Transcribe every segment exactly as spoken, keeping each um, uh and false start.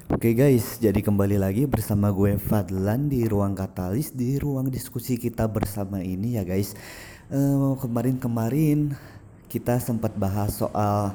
Oke guys, jadi kembali lagi bersama gue Fadlan di ruang Katalis, di ruang diskusi kita bersama ini ya guys. Eh, kemarin-kemarin kita sempat bahas soal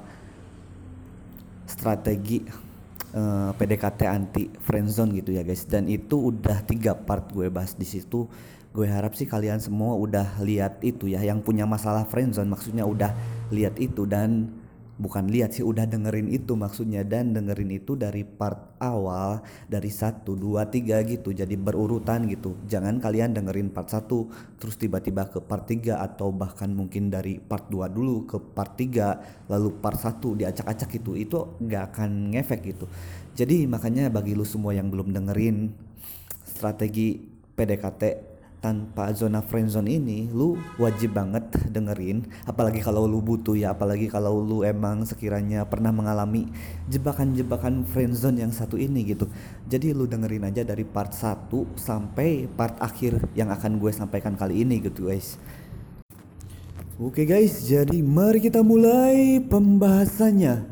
strategi eh, P D K T anti friendzone gitu ya guys, dan itu udah tiga part gue bahas di situ. Gue harap sih kalian semua udah lihat itu ya, yang punya masalah friendzone maksudnya udah lihat itu, dan bukan lihat sih, udah dengerin itu maksudnya, dan dengerin itu dari part awal, dari satu dua tiga gitu, jadi berurutan gitu. Jangan kalian dengerin part satu terus tiba-tiba ke part tiga, atau bahkan mungkin dari part dua dulu ke part tiga lalu part satu diacak-acak gitu, itu nggak akan ngefek gitu. Jadi makanya bagi lu semua yang belum dengerin strategi P D K T tanpa zona friendzone ini, lu wajib banget dengerin, apalagi kalau lu butuh ya, apalagi kalau lu emang sekiranya pernah mengalami jebakan-jebakan friendzone yang satu ini gitu. Jadi lu dengerin aja dari part satu sampai part akhir yang akan gue sampaikan kali ini gitu guys. Oke guys, jadi mari kita mulai pembahasannya.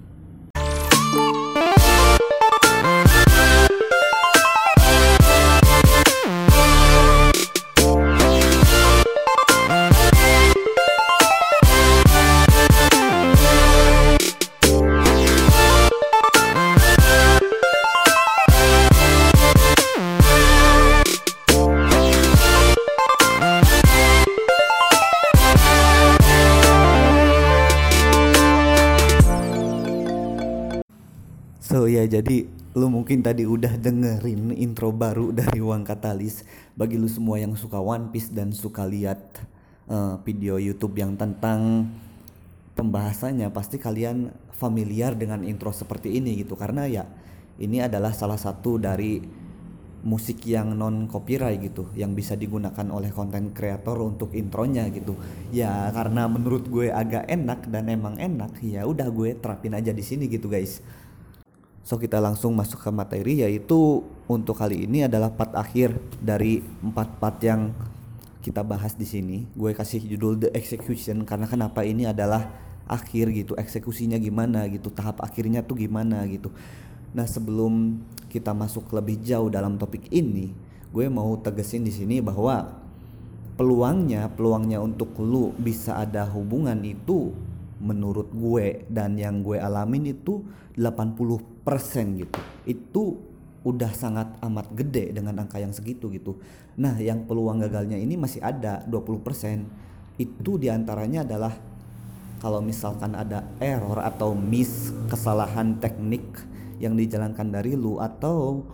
So ya, jadi lu mungkin tadi udah dengerin intro baru dari Ruang Katalis. Bagi lu semua yang suka One Piece dan suka lihat uh, video YouTube yang tentang pembahasannya, pasti kalian familiar dengan intro seperti ini gitu, karena ya ini adalah salah satu dari musik yang non copyright gitu, yang bisa digunakan oleh konten kreator untuk intronya gitu. Ya karena menurut gue agak enak dan emang enak, ya udah gue terapin aja di sini gitu guys. So kita langsung masuk ke materi, yaitu untuk kali ini adalah part akhir dari empat part yang kita bahas di sini. Gue kasih judul The Execution karena kenapa ini adalah akhir gitu, eksekusinya gimana gitu, tahap akhirnya tuh gimana gitu. Nah sebelum kita masuk lebih jauh dalam topik ini, gue mau tegesin di sini bahwa peluangnya peluangnya untuk lu bisa ada hubungan itu, menurut gue dan yang gue alamin itu delapan puluh persen gitu. Itu udah sangat amat gede dengan angka yang segitu gitu. Nah, yang peluang gagalnya ini masih ada dua puluh persen. Itu diantaranya adalah kalau misalkan ada error atau miss, kesalahan teknik yang dijalankan dari lu, atau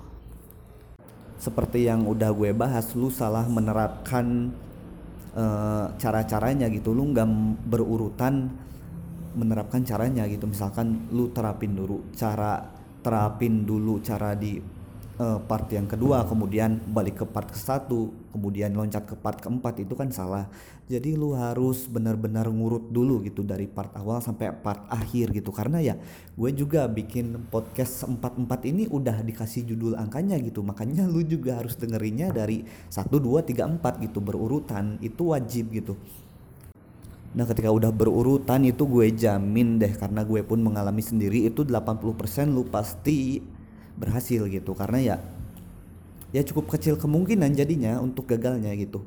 seperti yang udah gue bahas, lu salah menerapkan uh, cara-caranya gitu, lu nggak berurutan menerapkan caranya gitu. Misalkan lu terapin dulu cara terapin dulu cara di uh, part yang kedua, kemudian balik ke part ke satu, kemudian loncat ke part keempat, itu kan salah. Jadi lu harus benar-benar ngurut dulu gitu dari part awal sampai part akhir gitu, karena ya gue juga bikin podcast empat empat ini udah dikasih judul angkanya gitu, makanya lu juga harus dengerinnya dari satu dua tiga empat gitu, berurutan, itu wajib gitu. Nah ketika udah berurutan itu gue jamin deh, karena gue pun mengalami sendiri, itu delapan puluh persen lu pasti berhasil gitu, karena ya ya cukup kecil kemungkinan jadinya untuk gagalnya gitu.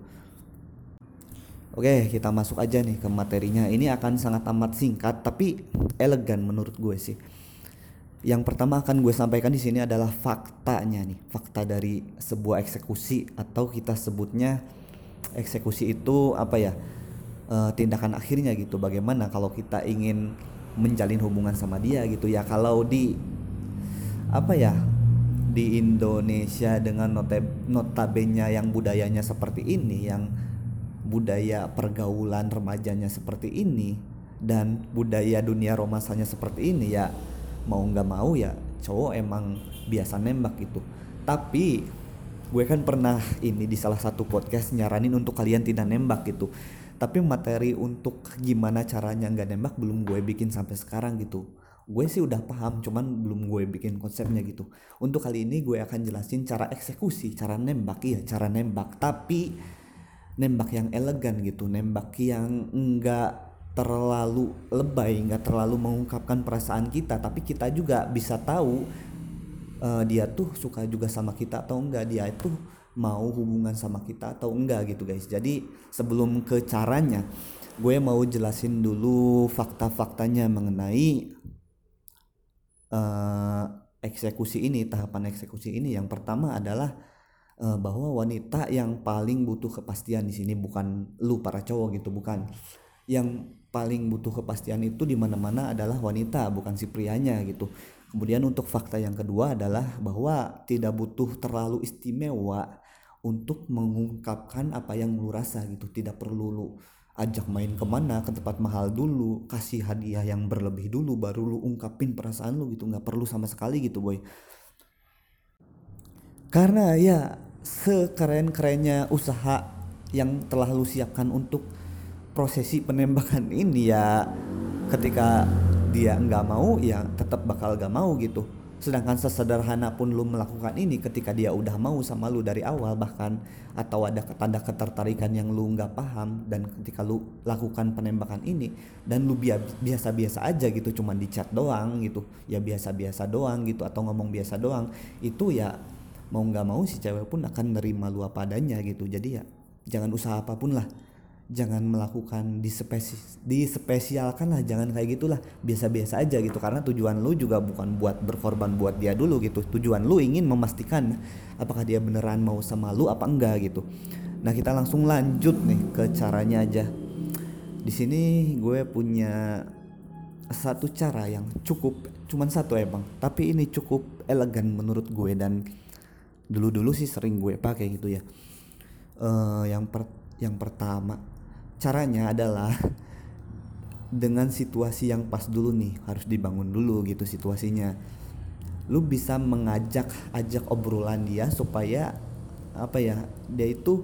Oke, kita masuk aja nih ke materinya. Ini akan sangat amat singkat tapi elegan menurut gue sih. Yang pertama akan gue sampaikan di sini adalah faktanya nih, fakta dari sebuah eksekusi, atau kita sebutnya eksekusi itu apa ya? Uh, tindakan akhirnya gitu. Bagaimana kalau kita ingin menjalin hubungan sama dia gitu ya. Kalau di apa ya, di Indonesia dengan notab- notabene yang budayanya seperti ini, yang budaya pergaulan remajanya seperti ini, dan budaya dunia romansanya seperti ini, ya mau nggak mau ya cowok emang biasa nembak gitu. Tapi gue kan pernah ini di salah satu podcast nyaranin untuk kalian tidak nembak gitu, tapi materi untuk gimana caranya nggak nembak belum gue bikin sampai sekarang gitu. Gue sih udah paham, cuman belum gue bikin konsepnya gitu. Untuk kali ini gue akan jelasin cara eksekusi, cara nembak, iya cara nembak, tapi nembak yang elegan gitu, nembak yang enggak terlalu lebay, enggak terlalu mengungkapkan perasaan kita, tapi kita juga bisa tahu uh, dia tuh suka juga sama kita atau enggak, dia itu mau hubungan sama kita atau enggak gitu guys. Jadi sebelum ke caranya, gue mau jelasin dulu fakta-faktanya mengenai uh, eksekusi ini, tahapan eksekusi ini. Yang pertama adalah uh, bahwa wanita yang paling butuh kepastian di sini bukan lu para cowok gitu, bukan. Yang paling butuh kepastian itu di mana-mana adalah wanita, bukan si prianya gitu. Kemudian untuk fakta yang kedua adalah bahwa tidak butuh terlalu istimewa untuk mengungkapkan apa yang lu rasa gitu. Tidak perlu lu ajak main kemana, ke tempat mahal dulu, kasih hadiah yang berlebih dulu, baru lu ungkapin perasaan lu gitu. Nggak perlu sama sekali gitu boy. Karena ya sekeren-kerennya usaha yang telah lu siapkan untuk prosesi penembakan ini, ya ketika dia nggak mau ya tetap bakal gak mau gitu. Sedangkan sesederhana pun lu melakukan ini, ketika dia udah mau sama lu dari awal bahkan, atau ada tanda ketertarikan yang lu nggak paham, dan ketika lu lakukan penembakan ini dan lu biasa-biasa aja gitu, cuman di chat doang gitu, ya biasa-biasa doang gitu, atau ngomong biasa doang, itu ya mau nggak mau si cewek pun akan nerima lu apa adanya gitu. Jadi ya jangan usaha apapun lah, jangan melakukan dispesi dispesialkan lah, jangan kayak gitulah, biasa-biasa aja gitu. Karena tujuan lu juga bukan buat berkorban buat dia dulu gitu, tujuan lu ingin memastikan apakah dia beneran mau sama lu apa enggak gitu. Nah kita langsung lanjut nih ke caranya aja. Di sini gue punya satu cara yang cukup, cuman satu emang, tapi ini cukup elegan menurut gue, dan dulu-dulu sih sering gue pakai gitu ya. Uh, yang per, yang pertama caranya adalah dengan situasi yang pas dulu nih, harus dibangun dulu gitu situasinya. Lu bisa mengajak ajak obrolan dia supaya apa ya, dia itu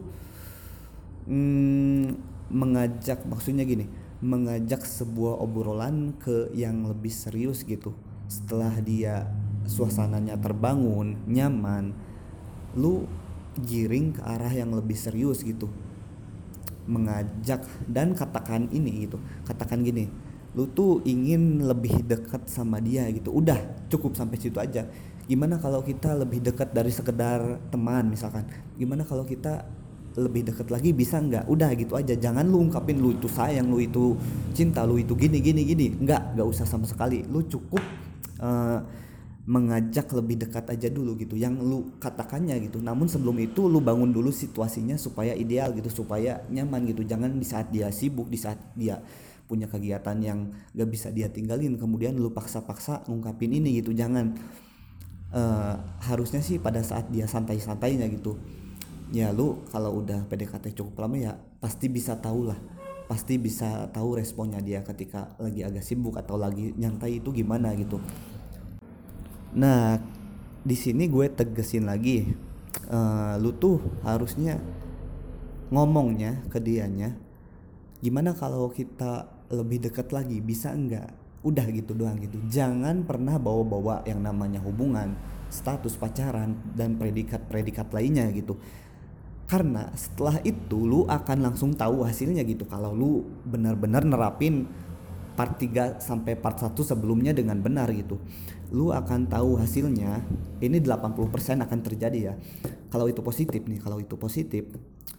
hmm, mengajak, maksudnya gini, mengajak sebuah obrolan ke yang lebih serius gitu. Setelah dia suasananya terbangun, nyaman, lu giring ke arah yang lebih serius gitu, mengajak dan katakan ini gitu, katakan gini, lu tuh ingin lebih dekat sama dia gitu, udah cukup sampai situ aja. Gimana kalau kita lebih dekat dari sekedar teman misalkan, gimana kalau kita lebih dekat lagi, bisa nggak, udah gitu aja. Jangan lu ungkapin lu itu sayang, lu itu cinta, lu itu gini gini gini, nggak nggak usah sama sekali. Lu cukup uh, mengajak lebih dekat aja dulu gitu, yang lu katakannya gitu. Namun sebelum itu lu bangun dulu situasinya supaya ideal gitu, supaya nyaman gitu. Jangan di saat dia sibuk, di saat dia punya kegiatan yang gak bisa dia tinggalin, kemudian lu paksa-paksa ngungkapin ini gitu. Jangan. Uh, harusnya sih pada saat dia santai-santainya gitu ya, lu kalau udah P D K T cukup lama ya pasti bisa tahu lah, pasti bisa tahu responnya dia ketika lagi agak sibuk atau lagi nyantai itu gimana gitu. Nah, di sini gue tegesin lagi, uh, lu tuh harusnya ngomongnya ke dianya, gimana kalau kita lebih dekat lagi, bisa enggak? Udah gitu doang gitu. Jangan pernah bawa-bawa yang namanya hubungan, status pacaran, dan predikat-predikat lainnya gitu. Karena setelah itu lu akan langsung tahu hasilnya gitu, kalau lu benar-benar nerapin part tiga sampai part satu sebelumnya dengan benar gitu. Lu akan tahu hasilnya. Ini delapan puluh persen akan terjadi ya. Kalau itu positif nih, kalau itu positif,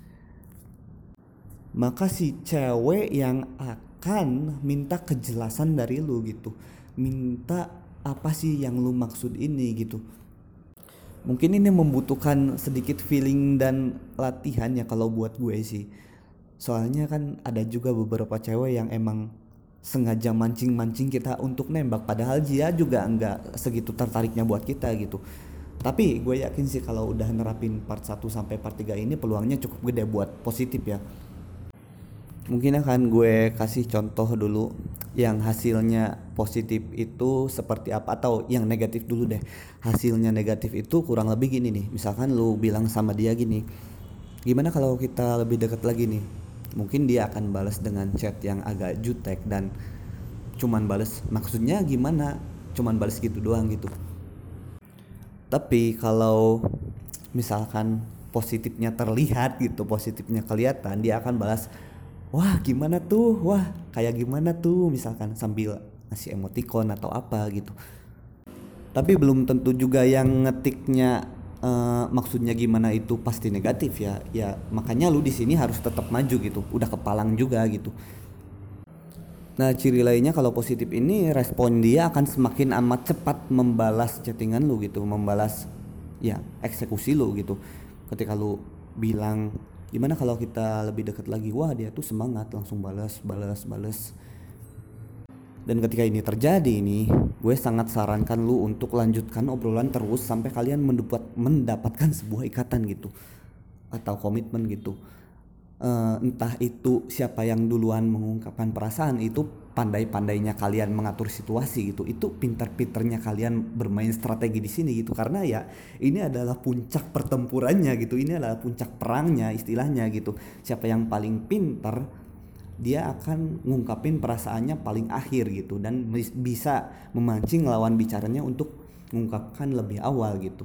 maka si cewek yang akan minta kejelasan dari lu gitu. Minta apa sih yang lu maksud ini gitu. Mungkin ini membutuhkan sedikit feeling dan latihan ya kalau buat gue sih. Soalnya kan ada juga beberapa cewek yang emang sengaja mancing-mancing kita untuk nembak, padahal dia juga enggak segitu tertariknya buat kita gitu. Tapi gue yakin sih kalau udah nerapin part satu sampai part tiga ini, peluangnya cukup gede buat positif ya. Mungkin akan gue kasih contoh dulu yang hasilnya positif itu seperti apa, atau yang negatif dulu deh. Hasilnya negatif itu kurang lebih gini nih. Misalkan lu bilang sama dia gini, gimana kalau kita lebih dekat lagi nih? Mungkin dia akan balas dengan chat yang agak jutek dan cuman balas maksudnya gimana, cuman balas gitu doang gitu. Tapi kalau misalkan positifnya terlihat gitu, positifnya kelihatan, dia akan balas, wah gimana tuh, wah kayak gimana tuh, misalkan sambil ngasih emoticon atau apa gitu. Tapi belum tentu juga yang ngetiknya eh, maksudnya gimana itu pasti negatif ya. Ya makanya lu di sini harus tetap maju gitu. Udah kepalang juga gitu. Nah, ciri lainnya kalau positif ini respon dia akan semakin amat cepat membalas chattingan lu gitu, membalas ya eksekusi lu gitu. Ketika lu bilang gimana kalau kita lebih dekat lagi, wah dia tuh semangat langsung balas, balas, balas. Dan ketika ini terjadi nih, gue sangat sarankan lu untuk lanjutkan obrolan terus sampai kalian mendapat mendapatkan sebuah ikatan gitu atau komitmen gitu. Eh, entah itu siapa yang duluan mengungkapkan perasaan, itu pandai-pandainya kalian mengatur situasi gitu, itu pintar-pintarnya kalian bermain strategi di sini gitu, karena ya ini adalah puncak pertempurannya gitu, ini adalah puncak perangnya istilahnya gitu. Siapa yang paling pintar dia akan ngungkapin perasaannya paling akhir gitu, dan bisa memancing lawan bicaranya untuk mengungkapkan lebih awal gitu.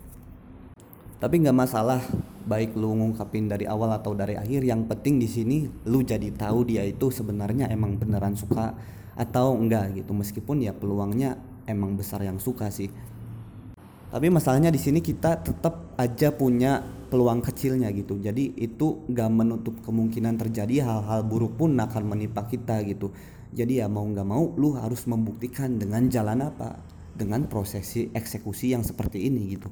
Tapi nggak masalah baik lu ngungkapin dari awal atau dari akhir, yang penting di sini lu jadi tahu dia itu sebenarnya emang beneran suka atau enggak gitu, meskipun ya peluangnya emang besar yang suka sih. Tapi masalahnya di sini kita tetap aja punya peluang kecilnya gitu, jadi itu nggak menutup kemungkinan terjadi hal-hal buruk pun akan menimpa kita gitu. Jadi ya mau nggak mau lu harus membuktikan dengan jalan apa, dengan prosesi eksekusi yang seperti ini gitu.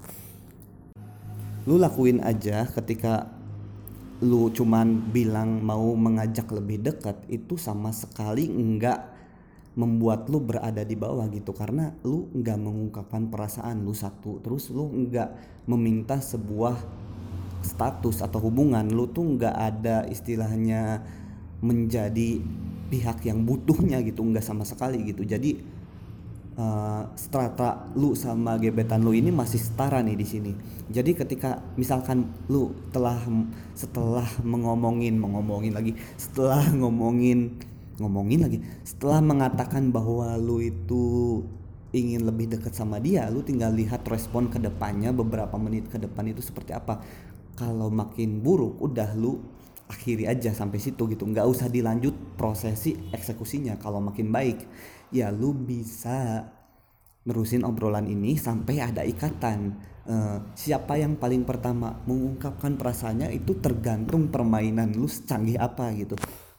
Lu lakuin aja. Ketika lu cuman bilang mau mengajak lebih dekat, itu sama sekali enggak membuat lu berada di bawah gitu, karena lu enggak mengungkapkan perasaan lu satu, terus lu enggak meminta sebuah status atau hubungan, lu tuh enggak ada istilahnya menjadi pihak yang butuhnya gitu, enggak sama sekali gitu. Jadi uh, strata lu sama gebetan lu ini masih setara nih di sini. Jadi ketika misalkan lu telah setelah mengomongin mengomongin lagi setelah ngomongin ngomongin lagi setelah mengatakan bahwa lu itu ingin lebih dekat sama dia, lu tinggal lihat respon ke depannya beberapa menit ke depan itu seperti apa. Kalau makin buruk, udah lu akhiri aja sampai situ gitu, nggak usah dilanjut prosesi eksekusinya. Kalau makin baik, ya lu bisa nerusin obrolan ini sampai ada ikatan. Uh, siapa yang paling pertama mengungkapkan perasaannya itu tergantung permainan lu secanggih apa gitu.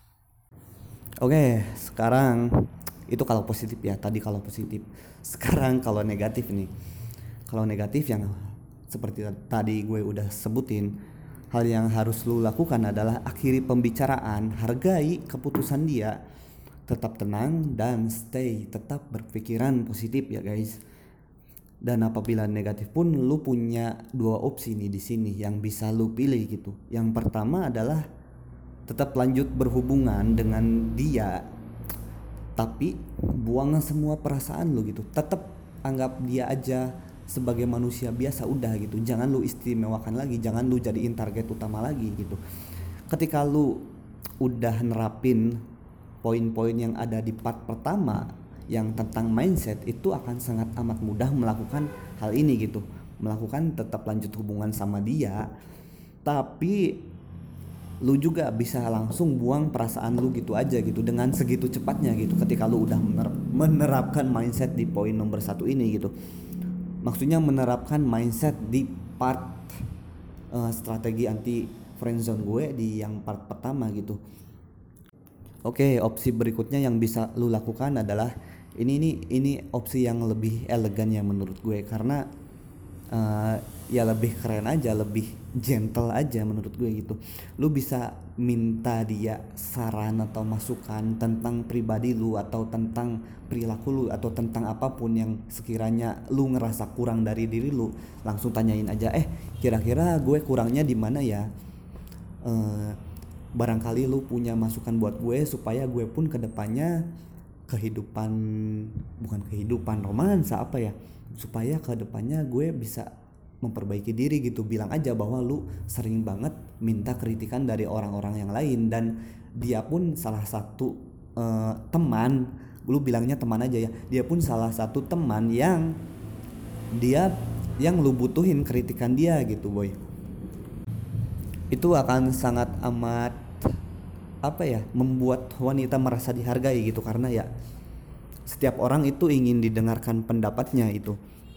Oke, sekarang itu kalau positif ya, tadi kalau positif. Sekarang kalau negatif nih. Kalau negatif yang seperti tadi gue udah sebutin, hal yang harus lu lakukan adalah akhiri pembicaraan, hargai keputusan dia, tetap tenang dan stay, tetap berpikiran positif ya guys. Dan apabila negatif pun lu punya dua opsi nih di sini yang bisa lu pilih gitu. Yang pertama adalah tetap lanjut berhubungan dengan dia, tapi buang semua perasaan lu gitu. Tetap anggap dia aja sebagai manusia biasa, udah gitu. Jangan lu istimewakan lagi, jangan lu jadiin target utama lagi gitu. Ketika lu udah nerapin poin-poin yang ada di part pertama yang tentang mindset, itu akan sangat amat mudah melakukan hal ini gitu. Melakukan tetap lanjut hubungan sama dia, tapi lu juga bisa langsung buang perasaan lu gitu aja gitu dengan segitu cepatnya gitu ketika lu udah menerapkan mindset di poin nomor satu ini gitu. Maksudnya menerapkan mindset di part uh, strategi anti friendzone gue di yang part pertama gitu. Oke, opsi berikutnya yang bisa lu lakukan adalah ini ini ini opsi yang lebih elegan ya menurut gue, karena uh, ya lebih keren aja, lebih gentle aja menurut gue gitu. Lu bisa minta dia saran atau masukan tentang pribadi lu atau tentang perilaku lu atau tentang apapun yang sekiranya lu ngerasa kurang dari diri lu. Langsung tanyain aja, eh kira-kira gue kurangnya di mana ya? Uh, barangkali lu punya masukan buat gue supaya gue pun kedepannya kehidupan bukan kehidupan romansa apa ya, supaya kedepannya gue bisa memperbaiki diri gitu. Bilang aja bahwa lu sering banget minta kritikan dari orang-orang yang lain, dan dia pun salah satu uh, teman, lu bilangnya teman aja ya, dia pun salah satu teman yang dia yang lu butuhin kritikan dia gitu boy. Itu akan sangat amat apa ya, membuat wanita merasa dihargai gitu, karena ya setiap orang itu ingin didengarkan pendapatnya itu.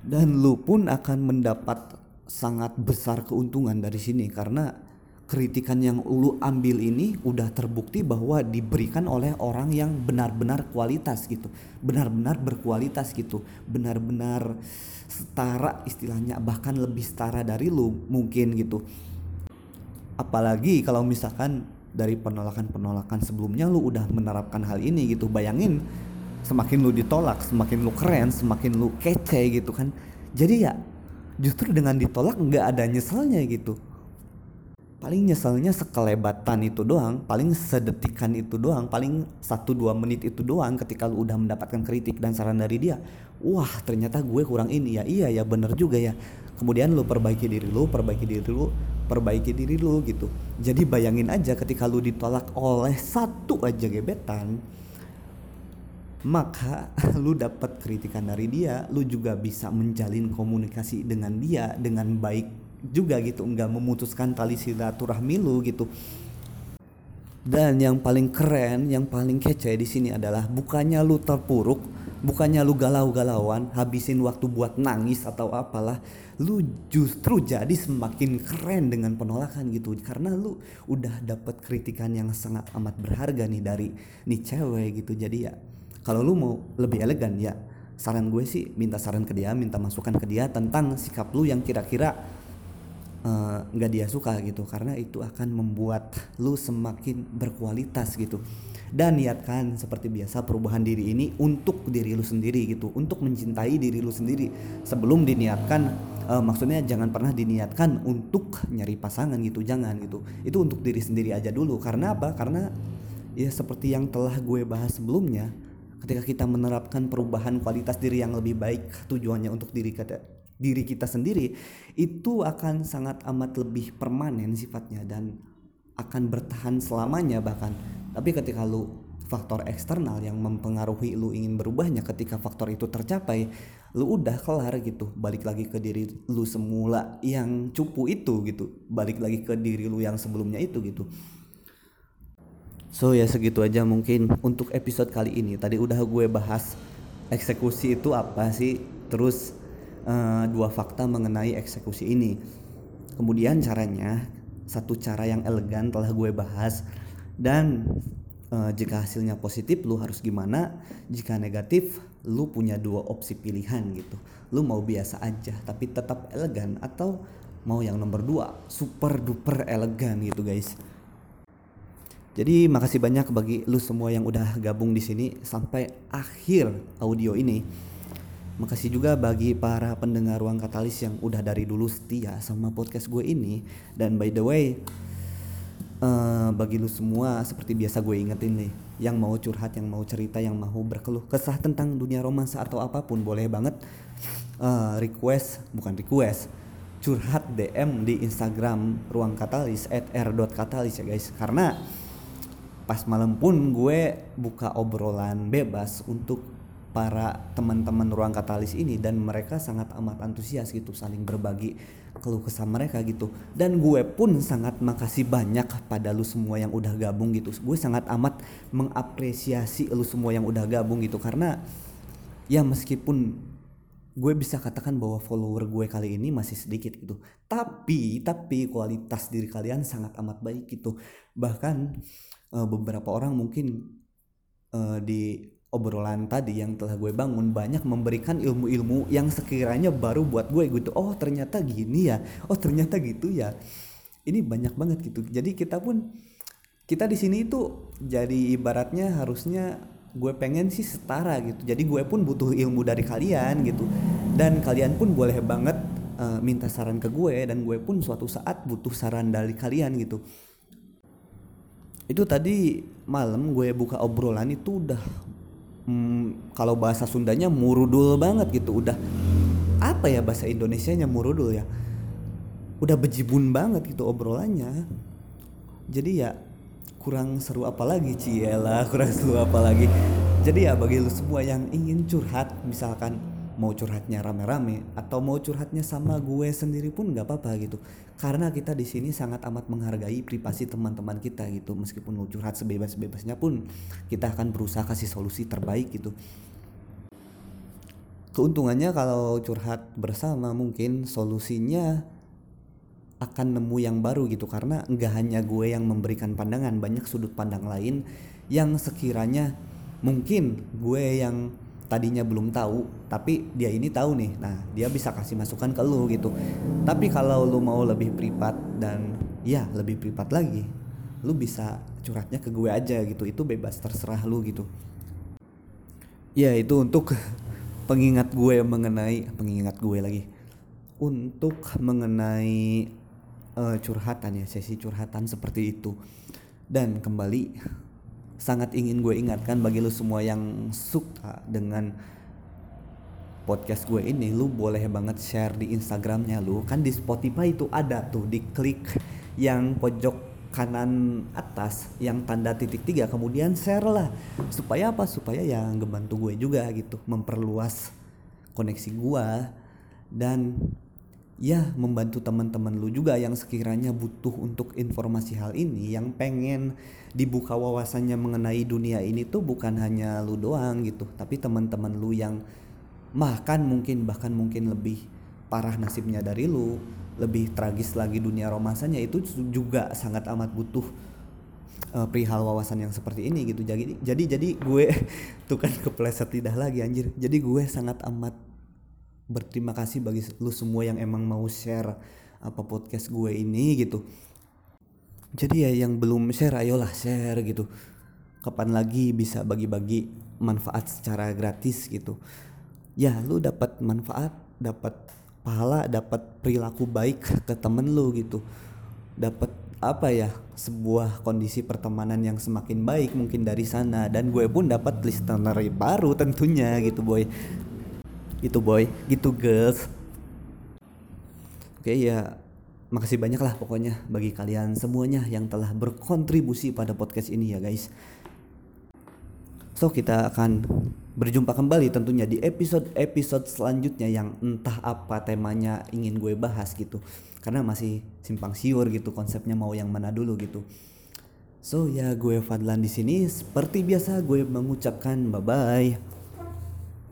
dan lu pun akan mendapat sangat besar keuntungan dari sini, karena kritikan yang lu ambil ini udah terbukti bahwa diberikan oleh orang yang benar-benar kualitas gitu, benar-benar berkualitas gitu, benar-benar setara istilahnya, bahkan lebih setara dari lu mungkin gitu. Apalagi kalau misalkan dari penolakan-penolakan sebelumnya lu udah menerapkan hal ini gitu, bayangin semakin lu ditolak, semakin lu keren, semakin lu kece gitu kan. Jadi ya justru dengan ditolak nggak ada nyeselnya gitu. Paling nyeselnya sekelebatan itu doang, paling sedetikan itu doang, paling satu dua menit itu doang ketika lu udah mendapatkan kritik dan saran dari dia. Wah ternyata gue kurang ini ya, iya ya bener juga ya. Kemudian lu perbaiki diri lu, perbaiki diri lu, perbaiki diri lu gitu. Jadi bayangin aja ketika lu ditolak oleh satu aja gebetan, maka lu dapat kritikan dari dia, lu juga bisa menjalin komunikasi dengan dia dengan baik juga gitu, nggak memutuskan tali silaturahmi lu gitu. Dan yang paling keren, yang paling kece di sini adalah bukannya lu terpuruk, bukannya lu galau-galauan, habisin waktu buat nangis atau apalah, lu justru jadi semakin keren dengan penolakan gitu, karena lu udah dapet kritikan yang sangat amat berharga nih dari nih cewek gitu. Jadi ya kalau lu mau lebih elegan ya saran gue sih minta saran ke dia, minta masukan ke dia tentang sikap lu yang kira-kira nggak uh, dia suka gitu, karena itu akan membuat lu semakin berkualitas gitu. Dan niatkan seperti biasa perubahan diri ini untuk diri lu sendiri gitu, untuk mencintai diri lu sendiri sebelum diniatkan, uh, maksudnya jangan pernah diniatkan untuk nyari pasangan gitu, jangan gitu. Itu untuk diri sendiri aja dulu. Karena apa? Karena ya seperti yang telah gue bahas sebelumnya, ketika kita menerapkan perubahan kualitas diri yang lebih baik tujuannya untuk diri kita diri kita sendiri, itu akan sangat amat lebih permanen sifatnya dan akan bertahan selamanya bahkan. Tapi ketika lu faktor eksternal yang mempengaruhi lu ingin berubahnya, ketika faktor itu tercapai, lu udah kelar gitu, balik lagi ke diri lu semula yang cupu itu gitu, balik lagi ke diri lu yang sebelumnya itu gitu. So ya segitu aja mungkin untuk episode kali ini. Tadi udah gue bahas eksekusi itu apa sih, terus Uh, dua fakta mengenai eksekusi ini. Kemudian caranya, satu cara yang elegan telah gue bahas. Dan uh, jika hasilnya positif lu harus gimana, jika negatif lu punya dua opsi pilihan gitu. Lu mau biasa aja tapi tetap elegan, atau mau yang nomor dua, super duper elegan gitu guys. Jadi makasih banyak bagi lu semua yang udah gabung di sini sampai akhir audio ini. Makasih juga bagi para pendengar Ruang Katalis yang udah dari dulu setia sama podcast gue ini. Dan by the way, uh, bagi lu semua seperti biasa gue ingetin nih, yang mau curhat, yang mau cerita, yang mau berkeluh kesah tentang dunia romansa atau apapun, boleh banget uh, request, bukan request, curhat D M di Instagram Ruang Katalis at r dot katalis ya guys. Karena pas malam pun gue buka obrolan bebas untuk para teman-teman Ruang Katalis ini, dan mereka sangat amat antusias gitu, saling berbagi keluh kesah mereka gitu. Dan gue pun sangat makasih banyak pada lu semua yang udah gabung gitu. Gue sangat amat mengapresiasi lu semua yang udah gabung gitu, karena ya meskipun gue bisa katakan bahwa follower gue kali ini masih sedikit gitu, tapi tapi kualitas diri kalian sangat amat baik gitu. Bahkan uh, beberapa orang mungkin uh, di obrolan tadi yang telah gue bangun banyak memberikan ilmu-ilmu yang sekiranya baru buat gue gitu. Oh ternyata gini ya, oh ternyata gitu ya. Ini banyak banget gitu. Jadi kita pun, kita di sini itu jadi ibaratnya harusnya gue pengen sih setara gitu. Jadi gue pun butuh ilmu dari kalian gitu, dan kalian pun boleh banget uh, minta saran ke gue, dan gue pun suatu saat butuh saran dari kalian gitu. Itu tadi malam gue buka obrolan itu udah Hmm, kalau bahasa Sundanya murudul banget gitu. Udah apa ya bahasa Indonesianya murudul ya, udah bejibun banget gitu obrolannya. Jadi ya kurang seru apa lagi, cielah kurang seru apa lagi. Jadi ya bagi lu semua yang ingin curhat, misalkan mau curhatnya rame-rame atau mau curhatnya sama gue sendiri pun nggak apa-apa gitu, karena kita di sini sangat amat menghargai privasi teman-teman kita gitu. Meskipun lu curhat sebebas-bebasnya pun kita akan berusaha kasih solusi terbaik gitu. keuntungannya kalau curhat bersama mungkin solusinya akan nemu yang baru gitu, karena nggak hanya gue yang memberikan pandangan, banyak sudut pandang lain yang sekiranya mungkin gue yang tadinya belum tahu tapi dia ini tahu nih, nah dia bisa kasih masukan ke lu gitu. Tapi kalau lu mau lebih privat dan ya lebih privat lagi, lu bisa curhatnya ke gue aja gitu, itu bebas terserah lu gitu. Ya itu untuk pengingat gue mengenai pengingat gue lagi untuk mengenai uh, curhatan ya, sesi curhatan seperti itu. Dan kembali sangat ingin gue ingatkan bagi lu semua yang suka dengan podcast gue ini, lu boleh banget share di Instagramnya lu. Kan di Spotify itu ada tuh, diklik yang pojok kanan atas yang tanda titik tiga, kemudian share lah. Supaya apa? Supaya yang ngebantu gue juga gitu, memperluas koneksi gue dan ya membantu teman-teman lu juga yang sekiranya butuh untuk informasi hal ini, yang pengen dibuka wawasannya mengenai dunia ini tuh bukan hanya lu doang gitu, tapi teman-teman lu yang bahkan mungkin bahkan mungkin lebih parah nasibnya dari lu, lebih tragis lagi dunia romansanya, itu juga sangat amat butuh uh, perihal wawasan yang seperti ini gitu. Jadi jadi jadi gue tuh kan kepleset lidah lagi anjir. Jadi gue sangat amat berterima kasih bagi lu semua yang emang mau share apa podcast gue ini gitu. Jadi ya yang belum share ayolah share gitu. Kapan lagi bisa bagi-bagi manfaat secara gratis gitu. Ya lu dapat manfaat, dapat pahala, dapat perilaku baik ke temen lu gitu. Dapat apa ya, sebuah kondisi pertemanan yang semakin baik mungkin dari sana, dan gue pun dapat listener baru tentunya gitu boy. Gitu boy, gitu girls. Oke ya, makasih banyak lah pokoknya bagi kalian semuanya yang telah berkontribusi pada podcast ini ya guys. So kita akan berjumpa kembali tentunya di episode-episode selanjutnya yang entah apa temanya ingin gue bahas gitu. Karena masih simpang siur gitu konsepnya mau yang mana dulu gitu. So ya gue Fadlan di sini seperti biasa gue mengucapkan bye bye.